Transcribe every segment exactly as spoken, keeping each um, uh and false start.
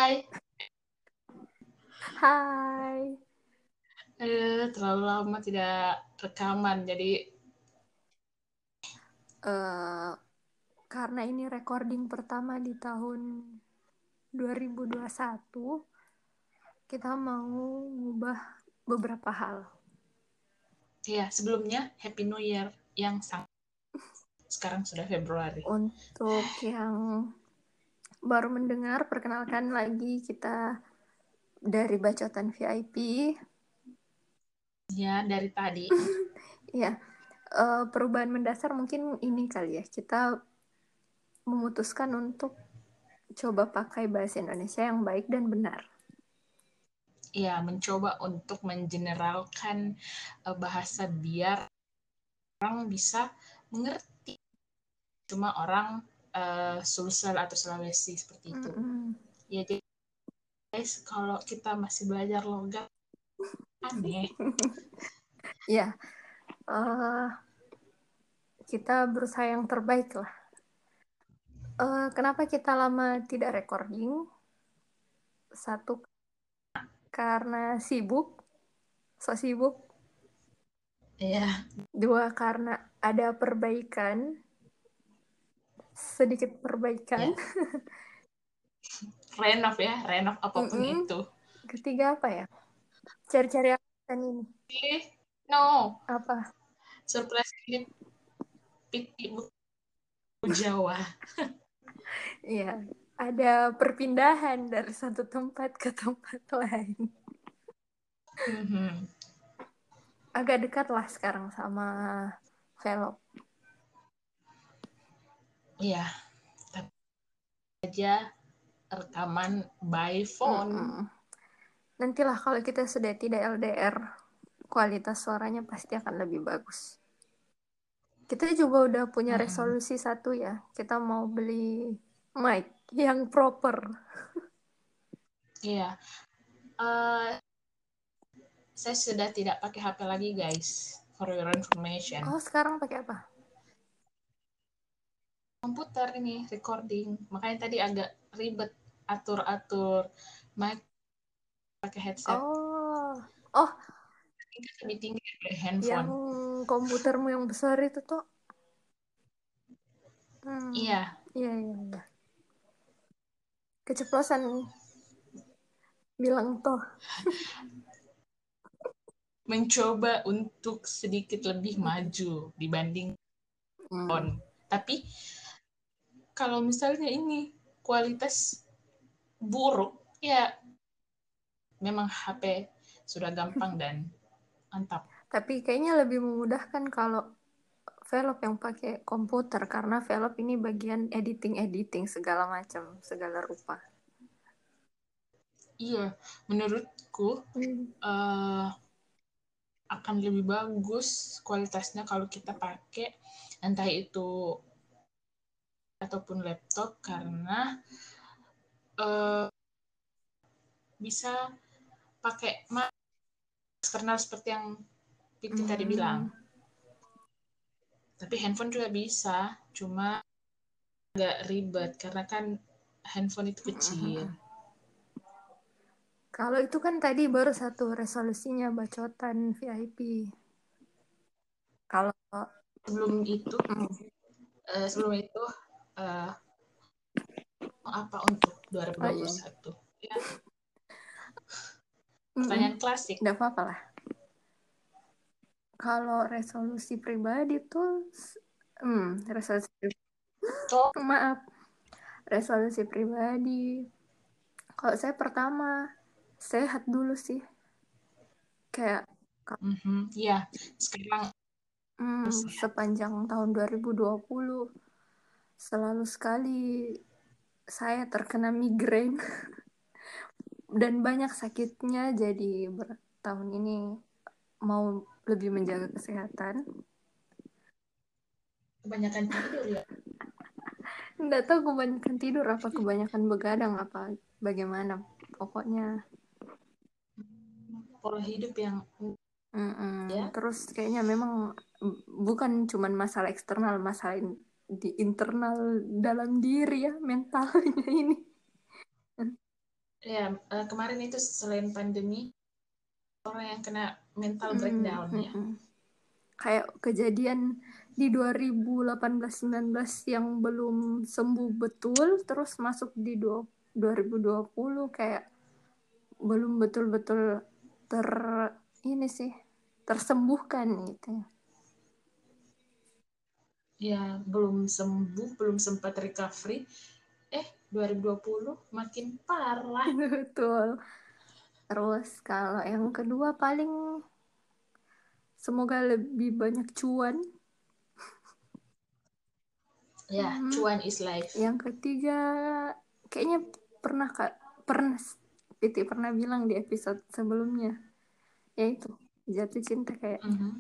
Hai. Hai. Eh, terlalu lama tidak rekaman, jadi Uh, karena ini recording pertama di tahun dua ribu dua puluh satu, kita mau ngubah beberapa hal. ya sebelumnya Happy New Year yang sang sekarang sudah Februari. Untuk yang baru mendengar, perkenalkan lagi kita dari Bacotan V I P. Ya, dari tadi. Ya, uh, perubahan mendasar mungkin ini kali ya. Kita memutuskan untuk coba pakai bahasa Indonesia yang baik dan benar. Ya, mencoba untuk mengeneralkan uh, bahasa biar orang bisa mengerti. Cuma orang uh, Sulsel atau Sulawesi seperti itu. Mm-mm. Ya, jadi guys, kalau kita masih belajar logat aneh. Ya, uh, kita berusaha yang terbaik lah. Uh, kenapa kita lama tidak recording? Satu, karena sibuk, so sibuk. Iya. Dua, karena ada perbaikan, sedikit perbaikan. Ya. Renov ya, renov apapun Mm-mm. itu. Ketiga apa ya? Cari-cari aksen ini. Eh, no. Apa? Surprise ini pipi Jawa. Iya, ada perpindahan dari satu tempat ke tempat lain. Mm-hmm. Agak dekat lah sekarang sama Velop. Iya, tapi aja rekaman by phone. Mm-mm. Nantilah kalau kita sudah tidak L D R, kualitas suaranya pasti akan lebih bagus. Kita juga udah punya Mm-mm. resolusi satu ya. Kita mau beli mic yang proper. Iya, uh, saya sudah tidak pakai H P lagi guys, for your information. Oh, sekarang pakai apa? Komputer ini recording, makanya tadi agak ribet atur-atur mic pakai headset. Oh, oh, Lebih tinggi dari yang handphone. komputermu yang besar itu tuh. Hmm, Iya. iya, iya, iya. Keceplosan bilang toh. Mencoba untuk sedikit lebih maju dibanding phone. Hmm. Tapi kalau misalnya ini kualitas buruk, ya memang H P sudah gampang dan mantap. Tapi kayaknya lebih memudahkan kalau Velop yang pakai komputer karena Velop ini bagian editing-editing segala macam, segala rupa. Iya, menurutku Hmm. uh, akan lebih bagus kualitasnya kalau kita pakai entah itu ataupun laptop karena uh, bisa pakai eksternal seperti yang Piti tadi bilang. Hmm. Tapi handphone juga bisa, cuma agak ribet karena kan handphone itu kecil. Hmm. Kalau itu kan tadi baru satu resolusinya bacotan V I P. Kalau Sebelum itu, hmm. uh, sebelum itu uh, apa untuk Oh iya, dua ribu dua puluh satu? Ya, mm-mm. pertanyaan klasik. Nggak apa-apa lah. Kalau resolusi pribadi tuh, hmm, resolusi Oh. maaf, resolusi pribadi. Kalau saya pertama sehat dulu sih, kayak Mm-hmm. Ya, sekarang hmm, sehat. sepanjang tahun dua ribu dua puluh selalu sekali saya terkena migrain dan banyak sakitnya, jadi ber- tahun ini mau lebih menjaga kesehatan. Kebanyakan tidur ya. Nggak tahu kebanyakan tidur apa kebanyakan begadang apa bagaimana. Pokoknya Pola hidup yang mm-mm. ya. Terus kayaknya memang bukan cuma masalah eksternal, masalah in- di internal dalam diri ya, mentalnya ini. Ya, uh, kemarin itu selain pandemi, orang yang kena mental Mm, breakdown mm, ya. mm. Kayak kejadian di dua ribu delapan belas sembilan belas yang belum sembuh betul, terus masuk di dua ribu dua puluh kayak belum betul-betul ter ini sih tersembuhkan gitu. Ya, belum sembuh, belum sempat recovery. Eh, dua ribu dua puluh makin parah. Betul. Terus kalau yang kedua paling semoga lebih banyak cuan. Ya, Hmm. cuan is life. Yang ketiga kayaknya pernah kak pernah Titi pernah bilang di episode sebelumnya, yaitu jatuh cinta kayak. Mm-hmm.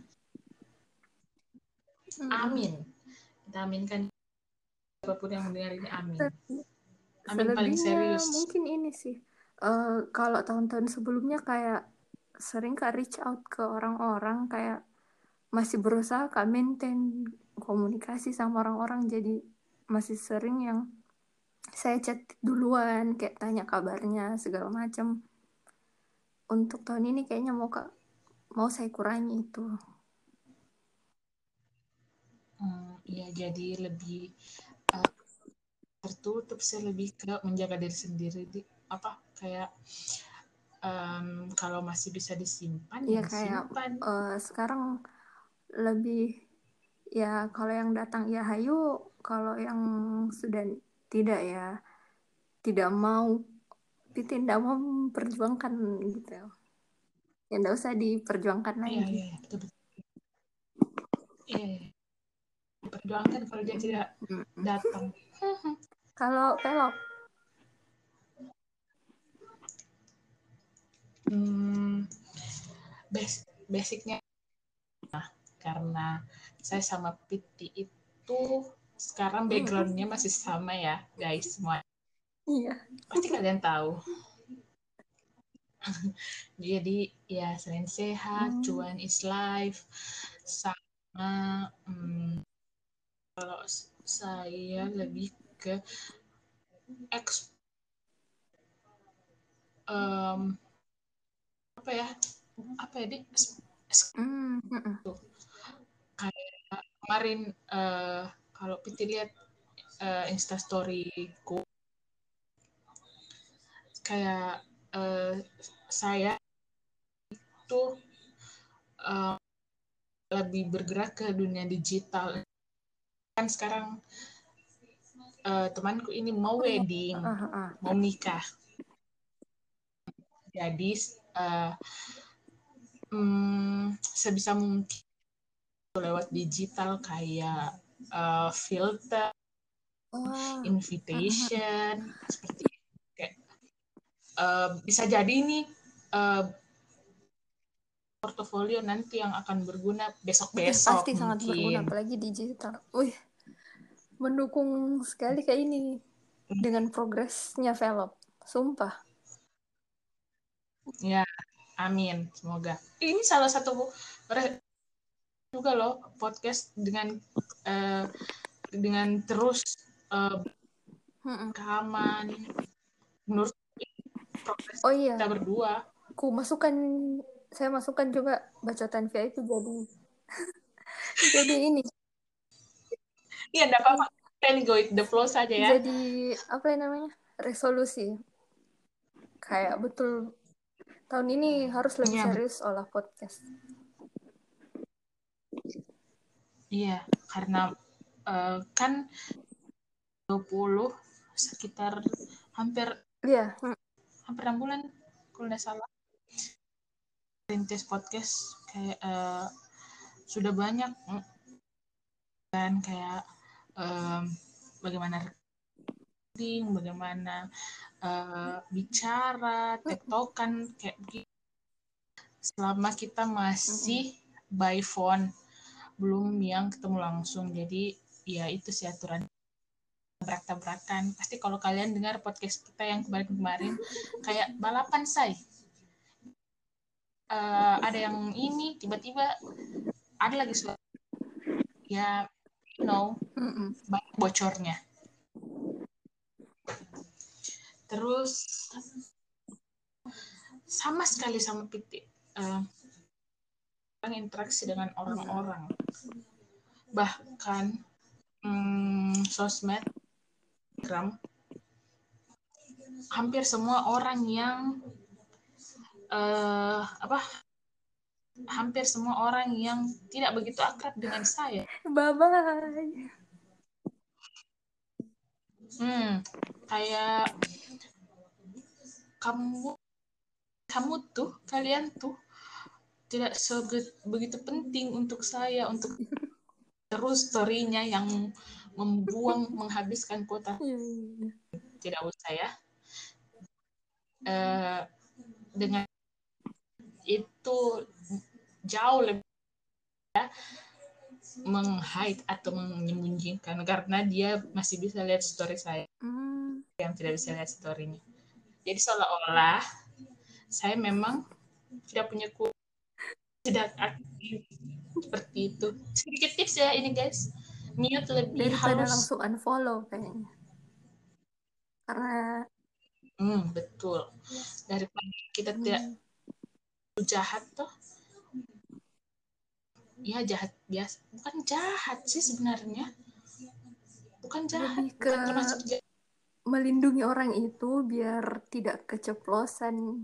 Mm-mm. Amin. Kita aminkan apapun yang mendengar ini, amin. Amin paling Selebihnya serius. mungkin ini sih. Eh, kalau tahun-tahun sebelumnya kayak sering kak reach out ke orang-orang, kayak masih berusaha kak maintain komunikasi sama orang-orang, jadi masih sering yang saya chat duluan kayak tanya kabarnya segala macam. Untuk tahun ini kayaknya mau kak mau saya kurangi itu. Hmm, ya, jadi lebih uh, tertutup sih, lebih ke menjaga diri sendiri. Di, apa kayak um, kalau masih bisa disimpan Iya ya kayak disimpan. eh, sekarang lebih ya kalau yang datang ya hayu, kalau yang sudah tidak ya tidak mau, Titi tidak mau memperjuangkan gitu ya. Ya tidak usah diperjuangkan Iya, lagi. iya, iya, betul betul. Iya, iya. Perjuangkan kalau dia tidak Mm-mm. datang. Kalau pelok, Hmm, bas- basicnya karena saya sama Piti itu sekarang backgroundnya mm, masih sama ya guys semua, iya. pasti kalian tahu. Jadi ya selain sehat, Hmm. cuan is life, sama hmm, kalau saya lebih ke eks um, apa ya apa ya di Hmm, mm-mm. kayak kemarin uh, kalau Piti lihat uh, instastoryku kayak uh, saya tuh uh, lebih bergerak ke dunia digital kan sekarang. Uh, temanku ini mau Oh iya. wedding, Ah, ah. mau nikah, jadi uh, hmm, sebisa mungkin lewat digital kayak uh, filter, Oh, mm-mm. invitation, seperti itu. Kayak uh, bisa jadi ini uh, portofolio nanti yang akan berguna Ih, pasti besok-besok sangat berguna mungkin. apalagi digital. Wih, mendukung sekali kayak ini dengan progresnya Velop. Sumpah. Ya, amin. Semoga. Ini salah satu juga loh podcast dengan uh, dengan terus uh, Mm-mm. rekaman. Menurut progres Oh kita iya, berdua. ku masukkan saya masukkan juga bacotan V I P jadi jadi ini. Iya, enggak apa-apa. Can go with the flow saja ya. Jadi apa yang namanya? Resolusi. Kayak betul tahun ini harus lebih Iya, betul. serius olah podcast. Iya, karena uh, kan dua puluh sekitar hampir Iya, mm, hampir enam bulan kalau tidak salah rintis podcast kayak uh, sudah banyak kan kayak um, bagaimana recording, bagaimana uh, bicara, mm, tektokan kayak begitu. Selama kita masih mm. by phone, belum yang ketemu langsung. Jadi ya itu sih aturan tabrak-tabrakan. Pasti kalau kalian dengar podcast kita yang kemarin-kemarin kayak balapan say. Uh, ada yang ini tiba-tiba ada lagi suara ya you know Mm-mm. banyak bocornya. Terus sama sekali sama Piti. Uh, interaksi dengan orang-orang. Bahkan hmm, sosmed, Instagram, hampir semua orang yang uh, apa? Hampir semua orang yang tidak begitu akrab dengan saya. Bye bye. Hmm, kayak kamu, kamu tuh, kalian tuh tidak begitu penting untuk saya untuk terus story-nya yang membuang menghabiskan kuota. Iya, iya, iya. Tidak usah ya. Uh, dengan itu jauh lebih ya, meng-hide atau menyembunyikan karena dia masih bisa lihat story saya Hmm. yang tidak bisa lihat story-nya. Jadi seolah-olah saya memang tidak punya kuota, tidak aktif seperti itu. Sedikit tips ya ini guys, mute lebih Daripada halus. langsung unfollow kayaknya. Karena Hmm, betul. Daripada kita hmm. tidak jahat tuh. Ya jahat biasa. Bukan jahat sih sebenarnya. Bukan jahat. Lebih ke bukan termasuk jahat. Melindungi orang itu biar tidak keceplosan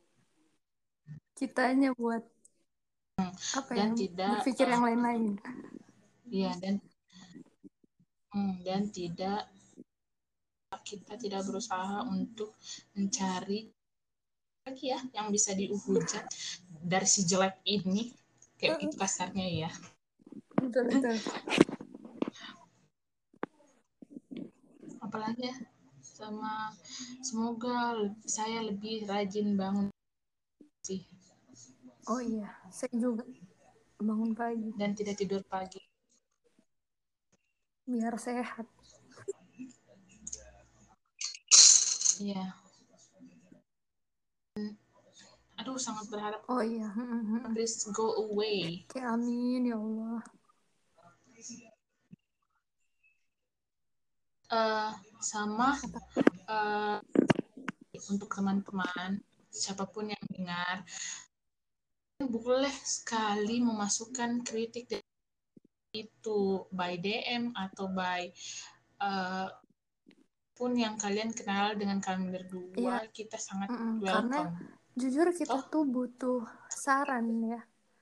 kitanya buat apa dan ya, tidak berpikir uh, yang lain-lain. Iya dan hmm, dan tidak kita tidak berusaha untuk mencari lagi ya yang bisa dihujat dari si jelek ini kayak begitu kasarnya ya. Betul betul. Apalagi ya, sama semoga saya lebih rajin bangun sih. Oh iya, saya juga bangun pagi dan tidak tidur pagi biar sehat. Iya. Aduh sangat berharap Oh iya. please go away. Oke, amin ya Allah. Uh, sama uh, untuk teman-teman siapapun yang dengar boleh sekali memasukkan kritik itu by D M atau by uh, pun yang kalian kenal dengan kalian berdua. Ya, kita sangat mm-mm. welcome. Karena jujur kita Toh? tuh butuh saran ya.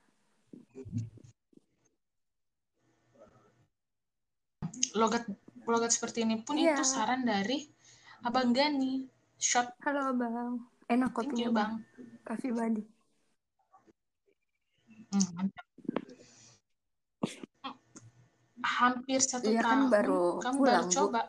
Logat logat seperti ini pun Iya. Itu saran dari Abang Gani. Shot. Halo Bang. Enak kopinya you, Bang. Coffee Buddy. Hmm, mantap. Hampir satu Iya, tahun kan baru kamu pulang, baru Bu. coba.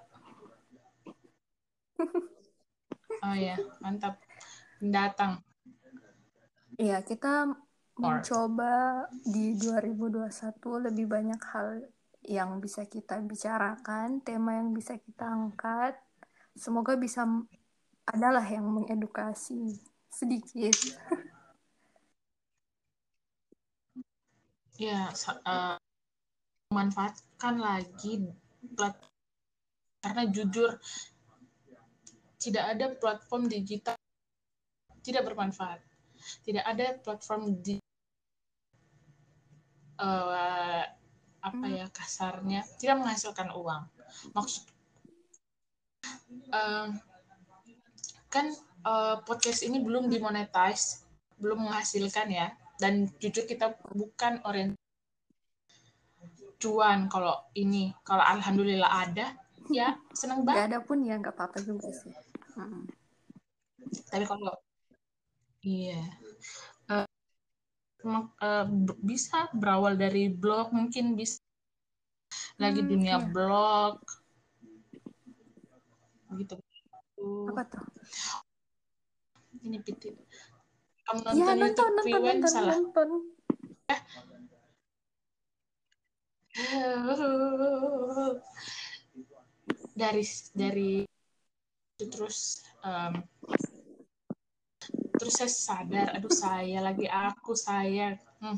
Oh ya, mantap. Pendatang. Iya, kita mencoba di dua ribu dua puluh satu lebih banyak hal yang bisa kita bicarakan, tema yang bisa kita angkat. Semoga bisa adalah yang mengedukasi sedikit. Ya, uh, manfaatkan lagi platform karena jujur tidak ada platform digital tidak bermanfaat. Tidak ada platform di uh, apa ya kasarnya tidak menghasilkan uang. Maksud uh, kan uh, podcast ini belum dimonetize, belum menghasilkan ya. Dan jujur kita bukan orientasi cuan. Kalau ini, kalau alhamdulillah ada, ya senang banget. Gak ada pun ya nggak apa-apa juga sih. Hmm. Tapi kalau iya, uh, uh, bisa berawal dari blog, mungkin bisa lagi Hmm, dunia iya. blog, gitu. Apa tuh? Ini Piti. Kamu nonton Ya, YouTube nonton, nonton, Viwen nonton, salah. nonton. dari dari terus um, terus saya sadar, aduh saya lagi aku saya hmm,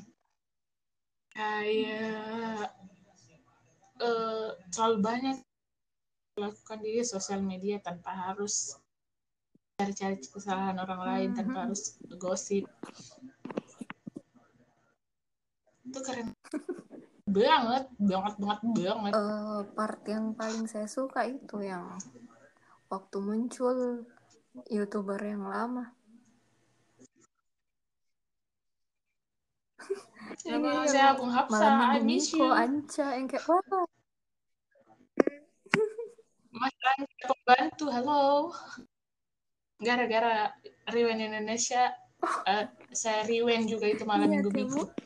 kayak uh, terlalu banyak melakukan di sosial media tanpa harus cari-cari kesalahan orang lain Hmm. tanpa harus gosip. Itu keren banget, banget banget banget. Uh, part yang paling saya suka itu yang waktu muncul YouTuber yang lama. Nama Ini yang saya Bung malam Hapsa, I minggu miss Miko, you. Anca, yang kayak wah. Mas Anca pembantu, halo. Gara-gara Rewind Indonesia, uh, saya rewind juga itu malam Iya, minggu Temu. Miko.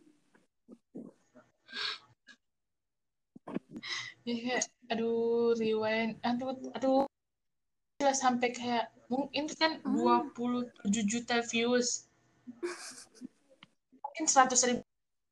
Ya, aduh, rewind, aduh, aduh, sampai kayak mungkin kan Hmm. dua puluh tujuh juta views, mungkin seratus ribu.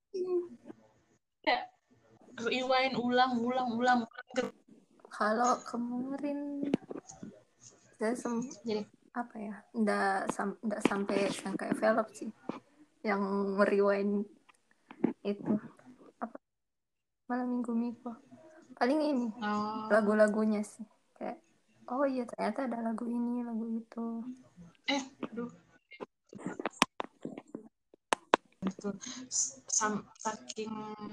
Ya, rewind ulang, ulang, ulang. Kalau kemarin saya sem Jadi, apa ya, ndak sam ndak sampai yang kayak velop sih, yang merewind itu apa malam minggu Miko. Paling ini oh, lagu-lagunya sih, kayak oh iya ternyata ada lagu ini, lagu itu. eh, aduh, betul. Sam, saking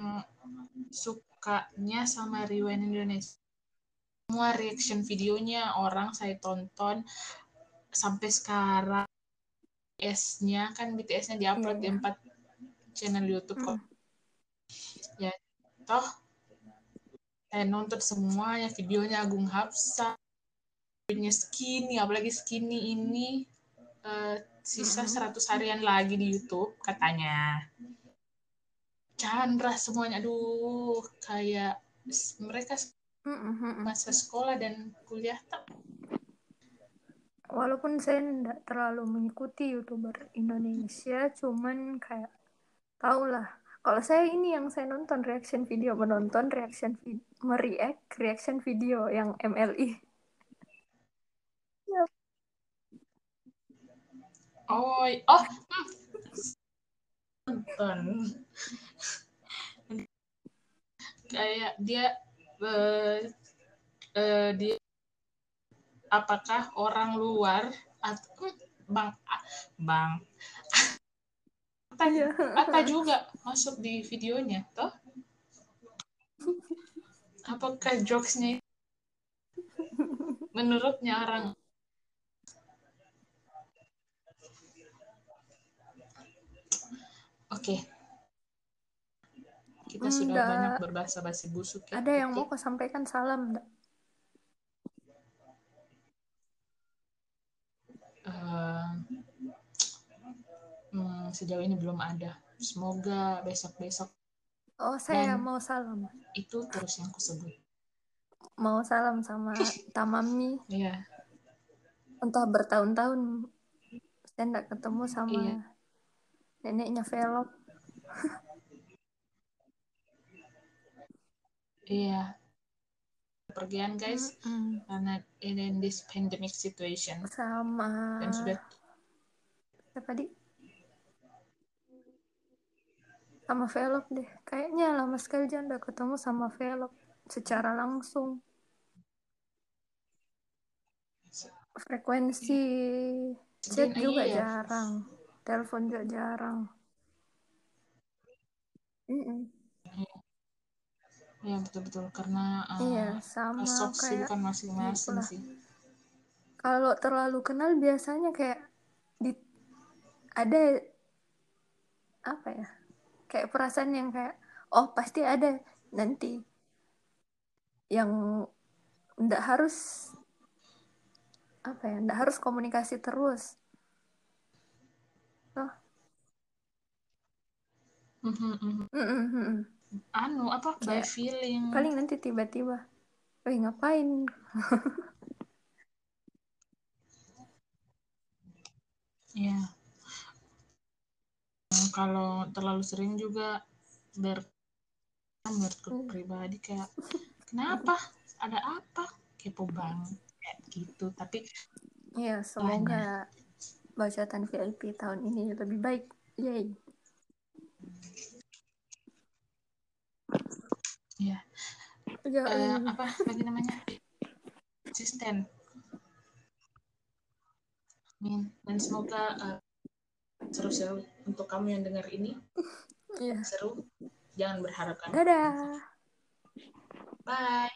sukanya sama Rewind Indonesia, semua reaction videonya orang saya tonton sampai sekarang. B T S-nya kan B T S-nya Iya, diupload di iya. empat channel YouTube. Mm. Ya, toh saya nonton semuanya videonya Agung Hapsa, videonya Skinny, apalagi Skinny ini uh, sisa Mm-mm. seratus harian lagi di YouTube katanya. Chandra semuanya, aduh, kayak mereka Mm-mm. masa sekolah dan kuliah tak. Walaupun saya tidak terlalu mengikuti YouTuber Indonesia, cuman kayak tau lah. Kalau saya ini yang saya nonton reaction video, menonton reaction video, mereact reaction video yang M L I. Ya. Oh, oh, nonton. Kayak dia uh, uh, dia apakah orang luar atau bang bang Atta, Iya. Atta juga masuk di videonya toh, apakah jokesnya menurutnya orang. Oke, okay. Kita sudah banyak Enggak. berbahasa basi busuk ya. Ada yang Okay. mau kau sampaikan salam enggak? Uh, hmm, sejauh ini belum ada. Semoga besok-besok. Oh, saya Dan mau salam. itu terus yang kusebut. Mau salam sama Tamami. Iya. Yeah. Entah bertahun-tahun saya enggak ketemu sama Iya. neneknya Velop. Iya. Pergian guys, Mm-mm. karena in this pandemic situation. Sama Dan sudah siapa di? Sama Velop deh. Kayaknya lama sekali jangan udah ketemu sama Velop secara langsung. Frekuensi chat Din, juga iya. jarang. Telepon juga jarang. Mm-mm. Ya betul-betul karena uh, Iya, sama kayak kesibukan masing-masing itulah. sih. Kalau terlalu kenal biasanya kayak di, ada apa ya? Kayak perasaan yang kayak oh pasti ada nanti yang ndak harus apa ya? Ndak harus komunikasi terus. Oh, mm-mm-mm. Anu apa by Kayak feeling. paling nanti tiba-tiba, wih ngapain? Ya. Kalau terlalu sering juga ber menurutku pribadi kayak kenapa ada apa kepo banget kayak gitu, tapi Iya, semoga banyak. bacotan V I P tahun ini lebih baik. Yay. Ya. Ya, Uh, uh. apa lagi namanya? Konsisten. Amin. Dan semoga uh, seru-seru untuk kamu yang dengar ini. Iya. Seru. Jangan berharap kan. Dadah. Bye.